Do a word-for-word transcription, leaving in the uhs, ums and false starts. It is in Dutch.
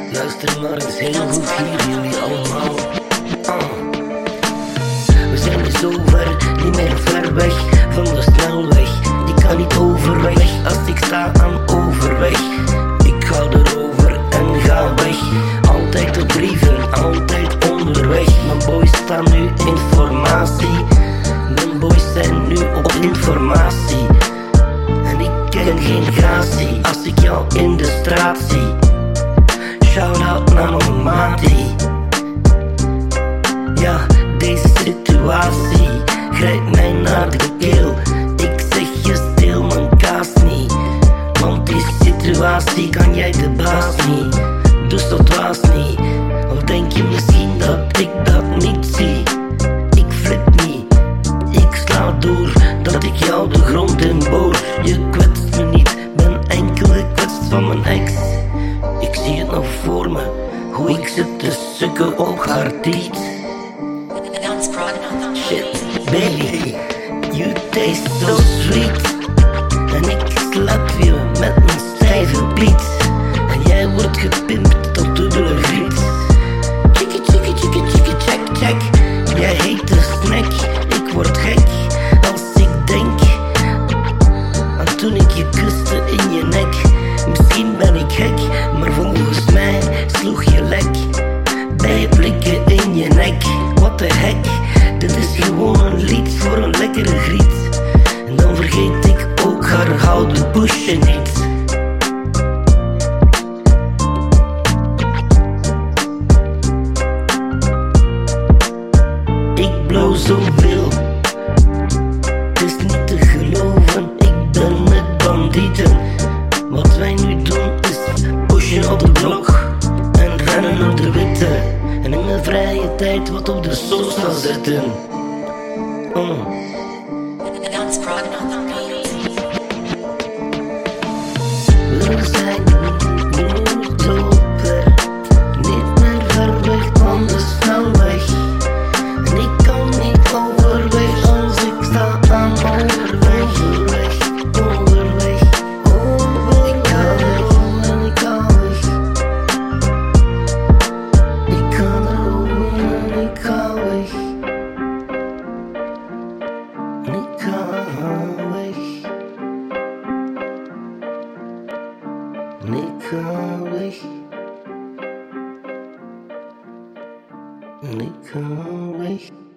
Luister maar eens heel goed hier, jullie allemaal. uh. We zijn er zo ver, niet meer ver weg van de snelweg. Ik kan niet overweg als ik sta aan overweg. Ik ga erover en ga weg. Altijd op brieven, altijd onderweg. Mijn boys staan nu in formatie. Mijn boys zijn nu op informatie. En ik ken geen gratie als ik jou in de straat zie. Shout-out naar mijn matie. Ja, deze situatie grijpt mij naar de keel. Ik zeg je stil mijn kaas niet, want die situatie kan jij de baas niet. Dus dat was niet. Of denk je misschien dat ik dat niet zie? Ik flip niet, ik sla door, dat ik jou de grond in boor. Je kwetst me niet, ben enkel gekwetst van mijn ex. Ik zie het nog voor me, hoe ik zit te sukken op haar tiet. Shit, baby, you taste so sweet. En ik slap je met mijn stijve beat. En jij wordt gepimpt tot dubbele griet. Chickie, chickie, chickie, chickie, check, check. Jij heet de snack, ik word gek als ik denk aan toen ik je kuste in je nek. Misschien ben ik gek, maar volgens mij sloeg je lek bij blikken in je nek. What the heck, dit is gewoon een lied voor een lekkere griet. En dan vergeet ik ook haar houden busje niet. Ik blow zoveel, het is niet te geloven, ik ben met bandieten. Wat wij nu doen is pushen op de blok en rennen op de witte. En in mijn vrije tijd wat op de sosa zetten. mm. We zijn nu zo ver, niet meer ver weg van de snelweg. En ik kan niet overweg als ik sta aan overweg. Overweg, overweg, overweg. Ik ga weg en ik ga weg. Ik ga erover en ik ga weg. Ik ga weg. Ik ga weg. Ik ga weg.